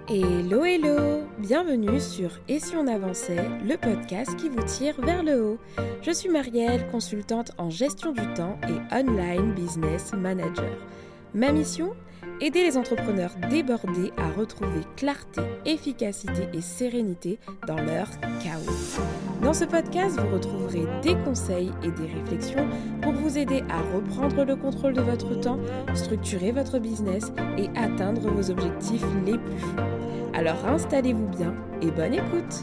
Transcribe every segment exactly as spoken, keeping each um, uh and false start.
Hello hello, bienvenue sur Et si on avançait, le podcast qui vous tire vers le haut. Je suis Marielle, consultante en gestion du temps et online business manager. Ma mission ? Aider les entrepreneurs débordés à retrouver clarté, efficacité et sérénité dans leur chaos. Dans ce podcast, vous retrouverez des conseils et des réflexions pour vous aider à reprendre le contrôle de votre temps, structurer votre business et atteindre vos objectifs les plus fous. Alors installez-vous bien et bonne écoute!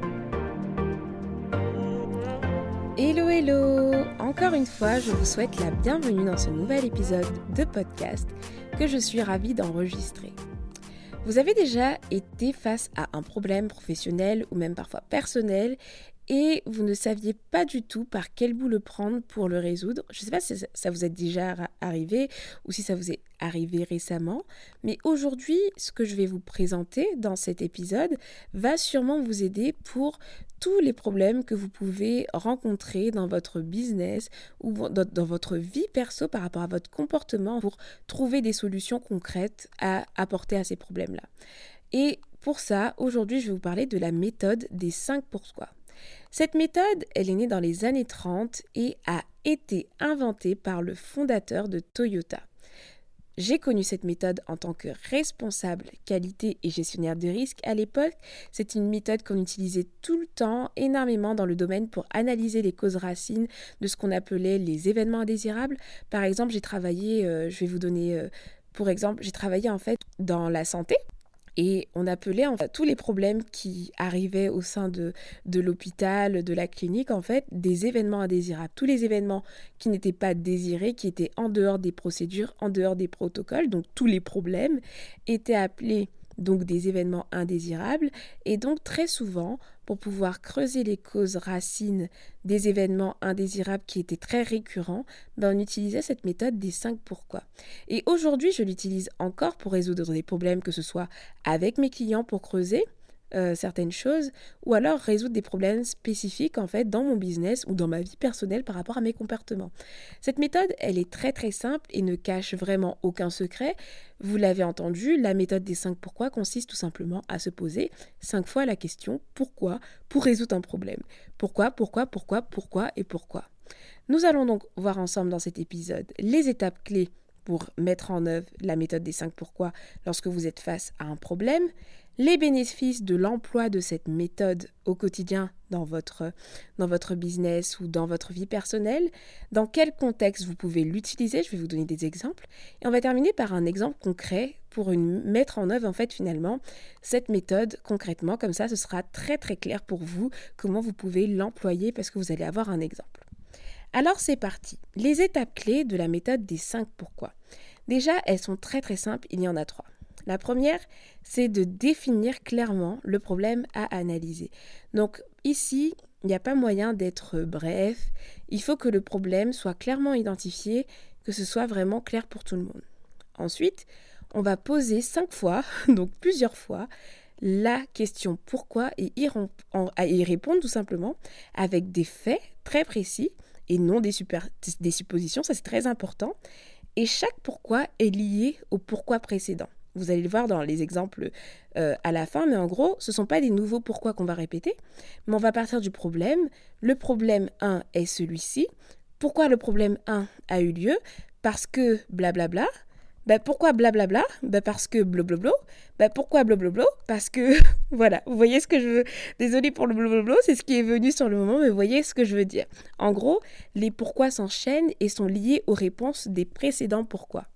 Hello hello! Encore une fois, je vous souhaite la bienvenue dans ce nouvel épisode de podcast que je suis ravie d'enregistrer. Vous avez déjà été face à un problème professionnel ou même parfois personnel et vous ne saviez pas du tout par quel bout le prendre pour le résoudre. Je ne sais pas si ça vous est déjà arrivé ou si ça vous est arrivé récemment, mais aujourd'hui, ce que je vais vous présenter dans cet épisode va sûrement vous aider pour tous les problèmes que vous pouvez rencontrer dans votre business ou dans votre vie perso par rapport à votre comportement pour trouver des solutions concrètes à apporter à ces problèmes-là. Et pour ça, aujourd'hui, je vais vous parler de la méthode des cinq pourquoi. Cette méthode, elle est née dans les années trente et a été inventée par le fondateur de Toyota. J'ai connu cette méthode en tant que responsable qualité et gestionnaire de risque. À l'époque, c'est une méthode qu'on utilisait tout le temps, énormément dans le domaine pour analyser les causes racines de ce qu'on appelait les événements indésirables. Par exemple, j'ai travaillé, euh, je vais vous donner, euh, pour exemple, j'ai travaillé en fait dans la santé. Et on appelait en fait tous les problèmes qui arrivaient au sein de, de l'hôpital, de la clinique, en fait, des événements indésirables. Tous les événements qui n'étaient pas désirés, qui étaient en dehors des procédures, en dehors des protocoles, donc tous les problèmes étaient appelés donc des événements indésirables. Et donc très souvent, pour pouvoir creuser les causes racines des événements indésirables qui étaient très récurrents, ben on utilisait cette méthode des cinq pourquoi. Et aujourd'hui, je l'utilise encore pour résoudre des problèmes, que ce soit avec mes clients pour creuser euh, certaines choses, ou alors résoudre des problèmes spécifiques en fait dans mon business ou dans ma vie personnelle par rapport à mes comportements. Cette méthode, elle est très très simple et ne cache vraiment aucun secret. Vous l'avez entendu, la méthode des cinq pourquoi consiste tout simplement à se poser cinq fois la question pourquoi pour résoudre un problème. Pourquoi, pourquoi, pourquoi, pourquoi et pourquoi. Nous allons donc voir ensemble dans cet épisode les étapes clés pour mettre en œuvre la méthode des cinq pourquoi lorsque vous êtes face à un problème, les bénéfices de l'emploi de cette méthode au quotidien dans votre, dans votre business ou dans votre vie personnelle, dans quel contexte vous pouvez l'utiliser, je vais vous donner des exemples, et on va terminer par un exemple concret pour une, mettre en œuvre en fait finalement cette méthode concrètement, comme ça ce sera très très clair pour vous comment vous pouvez l'employer parce que vous allez avoir un exemple. Alors c'est parti, les étapes clés de la méthode des cinq pourquoi. Déjà, elles sont très très simples, il y en a trois. La première, c'est de définir clairement le problème à analyser. Donc ici, il n'y a pas moyen d'être bref. Il faut que le problème soit clairement identifié, que ce soit vraiment clair pour tout le monde. Ensuite, on va poser cinq fois, donc plusieurs fois, la question pourquoi et y, rom- en, à y répondre tout simplement avec des faits très précis et non des, super, des suppositions, ça c'est très important. Et chaque pourquoi est lié au pourquoi précédent. Vous allez le voir dans les exemples euh, à la fin, mais en gros, ce ne sont pas des nouveaux pourquoi qu'on va répéter, mais on va partir du problème. Le problème un est celui-ci. Pourquoi le problème un a eu lieu ? Parce que blablabla. Ben pourquoi blablabla ? Ben parce que blablabla. Ben pourquoi blablabla ? Parce que, voilà, vous voyez ce que je veux. Désolée pour le blablabla, c'est ce qui est venu sur le moment, mais vous voyez ce que je veux dire. En gros, les pourquoi s'enchaînent et sont liés aux réponses des précédents pourquoi.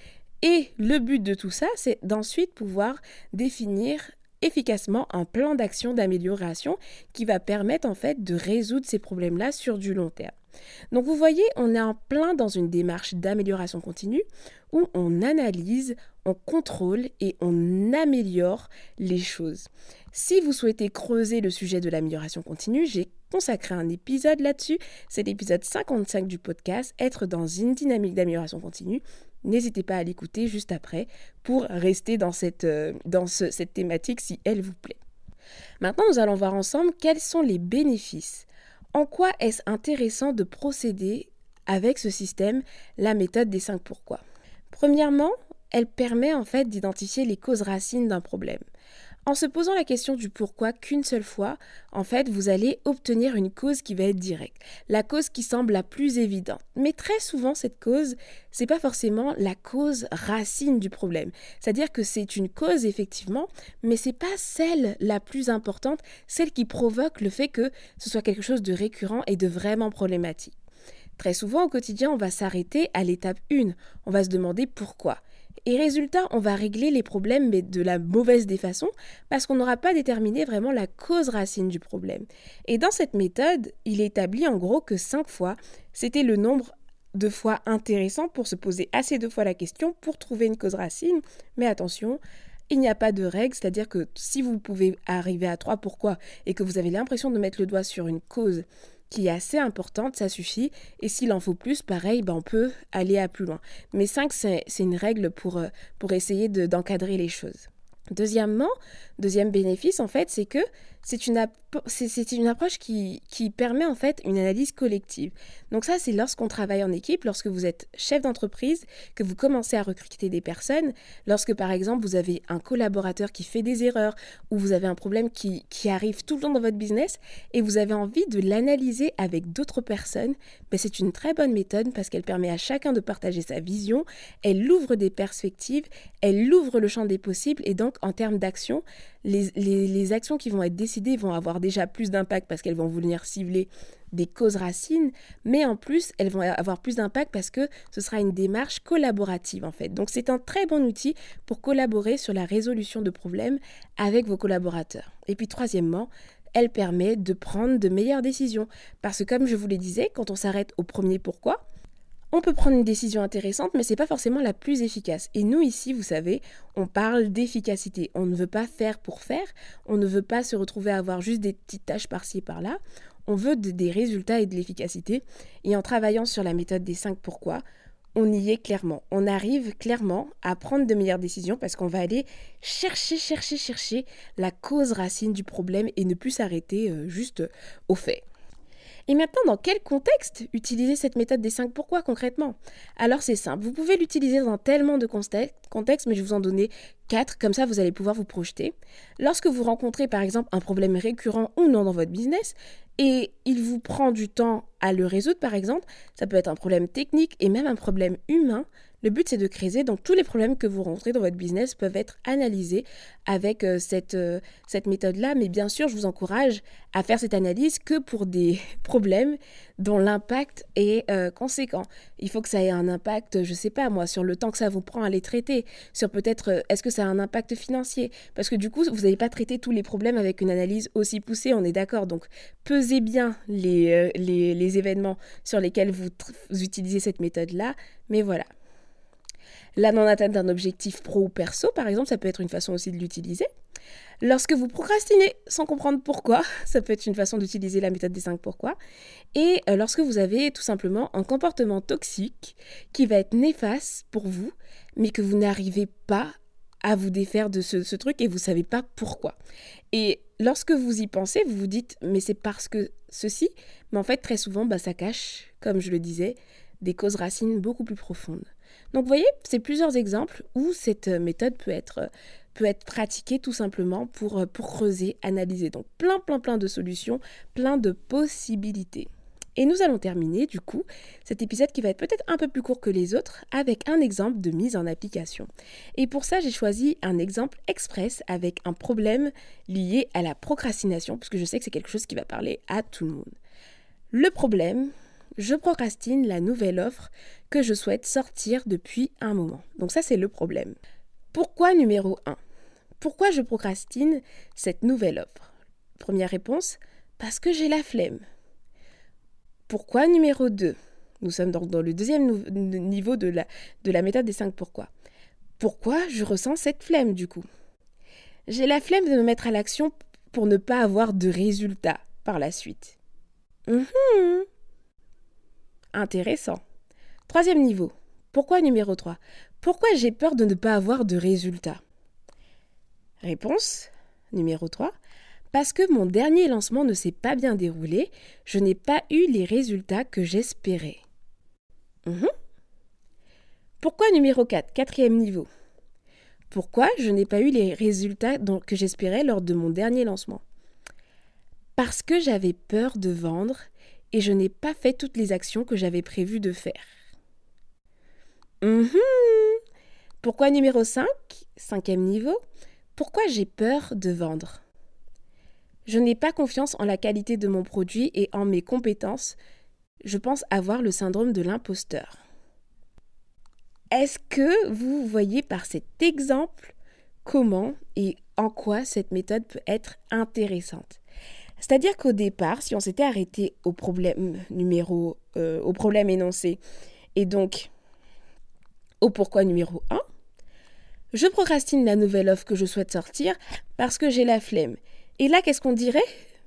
Et le but de tout ça, c'est d'ensuite pouvoir définir efficacement un plan d'action d'amélioration qui va permettre en fait de résoudre ces problèmes-là sur du long terme. Donc vous voyez, on est en plein dans une démarche d'amélioration continue où on analyse, on contrôle et on améliore les choses. Si vous souhaitez creuser le sujet de l'amélioration continue, j'ai consacré un épisode là-dessus. C'est l'épisode cinquante-cinq du podcast « Être dans une dynamique d'amélioration continue ». N'hésitez pas à l'écouter juste après pour rester dans cette, euh, dans ce, cette thématique si elle vous plaît. Maintenant, nous allons voir ensemble quels sont les bénéfices. En quoi est-ce intéressant de procéder avec ce système, la méthode des cinq pourquoi ? Premièrement, elle permet en fait d'identifier les causes racines d'un problème. En se posant la question du pourquoi qu'une seule fois, en fait, vous allez obtenir une cause qui va être directe, la cause qui semble la plus évidente. Mais très souvent, cette cause, c'est pas forcément la cause racine du problème. C'est-à-dire que c'est une cause effectivement, mais c'est pas celle la plus importante, celle qui provoque le fait que ce soit quelque chose de récurrent et de vraiment problématique. Très souvent au quotidien, on va s'arrêter à l'étape un. On va se demander pourquoi. Et résultat, on va régler les problèmes, mais de la mauvaise des façons, parce qu'on n'aura pas déterminé vraiment la cause racine du problème. Et dans cette méthode, il est établi en gros que cinq fois, c'était le nombre de fois intéressant pour se poser assez de fois la question pour trouver une cause racine. Mais attention, il n'y a pas de règle, c'est-à-dire que si vous pouvez arriver à trois pourquoi et que vous avez l'impression de mettre le doigt sur une cause qui est assez importante, ça suffit. Et s'il en faut plus, pareil, ben on peut aller à plus loin. Mais cinq, c'est, c'est une règle pour, euh, pour essayer de, d'encadrer les choses. Deuxièmement, deuxième bénéfice, en fait, c'est que c'est une, app- c'est, c'est une approche qui, qui permet en fait une analyse collective. Donc ça, c'est lorsqu'on travaille en équipe, lorsque vous êtes chef d'entreprise, que vous commencez à recruter des personnes, lorsque par exemple vous avez un collaborateur qui fait des erreurs ou vous avez un problème qui, qui arrive tout le temps dans votre business et vous avez envie de l'analyser avec d'autres personnes, ben c'est une très bonne méthode parce qu'elle permet à chacun de partager sa vision, elle ouvre des perspectives, elle ouvre le champ des possibles et donc en termes d'action, les, les, les actions qui vont être décidées vont avoir déjà plus d'impact parce qu'elles vont venir cibler des causes racines, mais en plus, elles vont avoir plus d'impact parce que ce sera une démarche collaborative en fait. Donc c'est un très bon outil pour collaborer sur la résolution de problèmes avec vos collaborateurs. Et puis troisièmement, elle permet de prendre de meilleures décisions parce que comme je vous le disais, quand on s'arrête au premier pourquoi, on peut prendre une décision intéressante, mais ce n'est pas forcément la plus efficace. Et nous, ici, vous savez, on parle d'efficacité. On ne veut pas faire pour faire. On ne veut pas se retrouver à avoir juste des petites tâches par-ci et par-là. On veut de, des résultats et de l'efficacité. Et en travaillant sur la méthode des cinq pourquoi, on y est clairement. On arrive clairement à prendre de meilleures décisions parce qu'on va aller chercher, chercher, chercher la cause racine du problème et ne plus s'arrêter euh, juste aux faits. Et maintenant, dans quel contexte utiliser cette méthode des cinq pourquoi concrètement ? Alors c'est simple, vous pouvez l'utiliser dans tellement de contextes, mais je vais vous en donner quatre, comme ça vous allez pouvoir vous projeter. Lorsque vous rencontrez par exemple un problème récurrent ou non dans votre business, et il vous prend du temps à le résoudre par exemple, ça peut être un problème technique et même un problème humain. Le but, c'est de creuser. Donc, tous les problèmes que vous rencontrez dans votre business peuvent être analysés avec euh, cette, euh, cette méthode-là. Mais bien sûr, je vous encourage à faire cette analyse que pour des problèmes dont l'impact est euh, conséquent. Il faut que ça ait un impact, je ne sais pas moi, sur le temps que ça vous prend à les traiter, sur peut-être, euh, est-ce que ça a un impact financier ? Parce que du coup, vous n'allez pas traiter tous les problèmes avec une analyse aussi poussée, on est d'accord. Donc, pesez bien les, euh, les, les événements sur lesquels vous, tr- vous utilisez cette méthode-là. Mais voilà. La non-atteinte d'un objectif pro ou perso, par exemple, ça peut être une façon aussi de l'utiliser. Lorsque vous procrastinez sans comprendre pourquoi, ça peut être une façon d'utiliser la méthode des cinq pourquoi. Et euh, lorsque vous avez tout simplement un comportement toxique qui va être néfaste pour vous, mais que vous n'arrivez pas à vous défaire de ce, ce truc et vous ne savez pas pourquoi. Et lorsque vous y pensez, vous vous dites « mais c'est parce que ceci », mais en fait très souvent bah, ça cache, comme je le disais, des causes racines beaucoup plus profondes. Donc vous voyez, c'est plusieurs exemples où cette méthode peut être, peut être pratiquée tout simplement pour, pour creuser, analyser. Donc plein, plein, plein de solutions, plein de possibilités. Et nous allons terminer du coup cet épisode qui va être peut-être un peu plus court que les autres avec un exemple de mise en application. Et pour ça, j'ai choisi un exemple express avec un problème lié à la procrastination parce que je sais que c'est quelque chose qui va parler à tout le monde. Le problème... Je procrastine la nouvelle offre que je souhaite sortir depuis un moment. Donc ça, c'est le problème. Pourquoi numéro un ? Pourquoi je procrastine cette nouvelle offre ? Première réponse, parce que j'ai la flemme. Pourquoi numéro deux ? Nous sommes donc dans le deuxième nou- niveau de la, de la méthode des cinq pourquoi. Pourquoi je ressens cette flemme du coup ? J'ai la flemme de me mettre à l'action pour ne pas avoir de résultats par la suite. Mmh. Intéressant. Troisième niveau. Pourquoi numéro trois ? Pourquoi j'ai peur de ne pas avoir de résultats ? Réponse numéro trois. Parce que mon dernier lancement ne s'est pas bien déroulé, je n'ai pas eu les résultats que j'espérais. Mmh. Pourquoi numéro quatre, quatrième niveau? Pourquoi je n'ai pas eu les résultats dont, que j'espérais lors de mon dernier lancement? Parce que j'avais peur de vendre et je n'ai pas fait toutes les actions que j'avais prévu de faire. Mmh. Pourquoi numéro cinq, cinquième niveau? Pourquoi j'ai peur de vendre? Je n'ai pas confiance en la qualité de mon produit et en mes compétences. Je pense avoir le syndrome de l'imposteur. Est-ce que vous voyez par cet exemple comment et en quoi cette méthode peut être intéressante? C'est-à-dire qu'au départ, si on s'était arrêté au problème numéro, euh, au problème énoncé et donc au pourquoi numéro un, je procrastine la nouvelle offre que je souhaite sortir parce que j'ai la flemme. Et là, qu'est-ce qu'on dirait?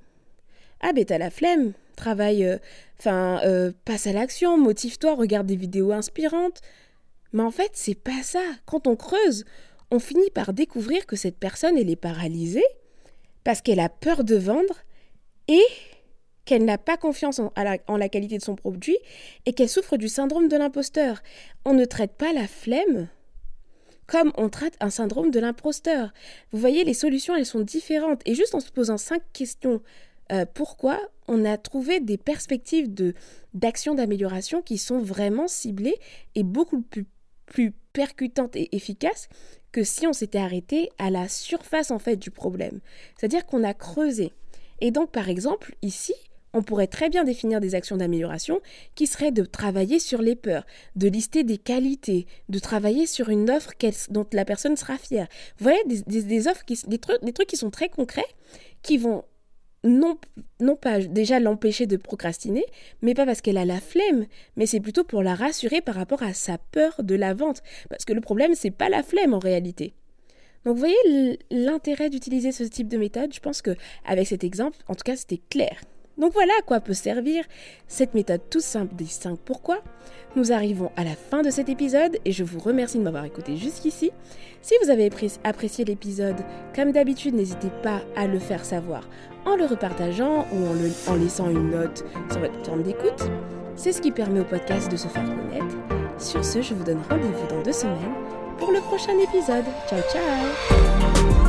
Ah ben t'as la flemme, travaille, enfin, euh, euh, passe à l'action, motive-toi, regarde des vidéos inspirantes. Mais en fait, c'est pas ça. Quand on creuse, on finit par découvrir que cette personne, elle est paralysée parce qu'elle a peur de vendre et qu'elle n'a pas confiance en la, en la qualité de son produit et qu'elle souffre du syndrome de l'imposteur. On ne traite pas la flemme comme on traite un syndrome de l'imposteur. Vous voyez, les solutions, elles sont différentes. Et juste en se posant cinq questions, euh, pourquoi, on a trouvé des perspectives de, d'action d'amélioration qui sont vraiment ciblées et beaucoup plus, plus percutantes et efficaces que si on s'était arrêté à la surface en fait du problème. C'est-à-dire qu'on a creusé. Et donc, par exemple, ici, on pourrait très bien définir des actions d'amélioration qui seraient de travailler sur les peurs, de lister des qualités, de travailler sur une offre dont la personne sera fière. Vous voyez, des, des, des offres, qui, des, trucs, des trucs qui sont très concrets, qui vont non, non pas déjà l'empêcher de procrastiner, mais pas parce qu'elle a la flemme, mais c'est plutôt pour la rassurer par rapport à sa peur de la vente. Parce que le problème, c'est pas la flemme en réalité. Donc vous voyez l'intérêt d'utiliser ce type de méthode. Je pense qu'avec cet exemple, en tout cas, c'était clair. Donc voilà à quoi peut servir cette méthode toute simple des cinq pourquoi. Nous arrivons à la fin de cet épisode et je vous remercie de m'avoir écouté jusqu'ici. Si vous avez apprécié l'épisode, comme d'habitude, n'hésitez pas à le faire savoir en le repartageant ou en, le, en laissant une note sur votre plateforme d'écoute. C'est ce qui permet au podcast de se faire connaître. Sur ce, je vous donne rendez-vous dans deux semaines pour le prochain épisode. Ciao, ciao!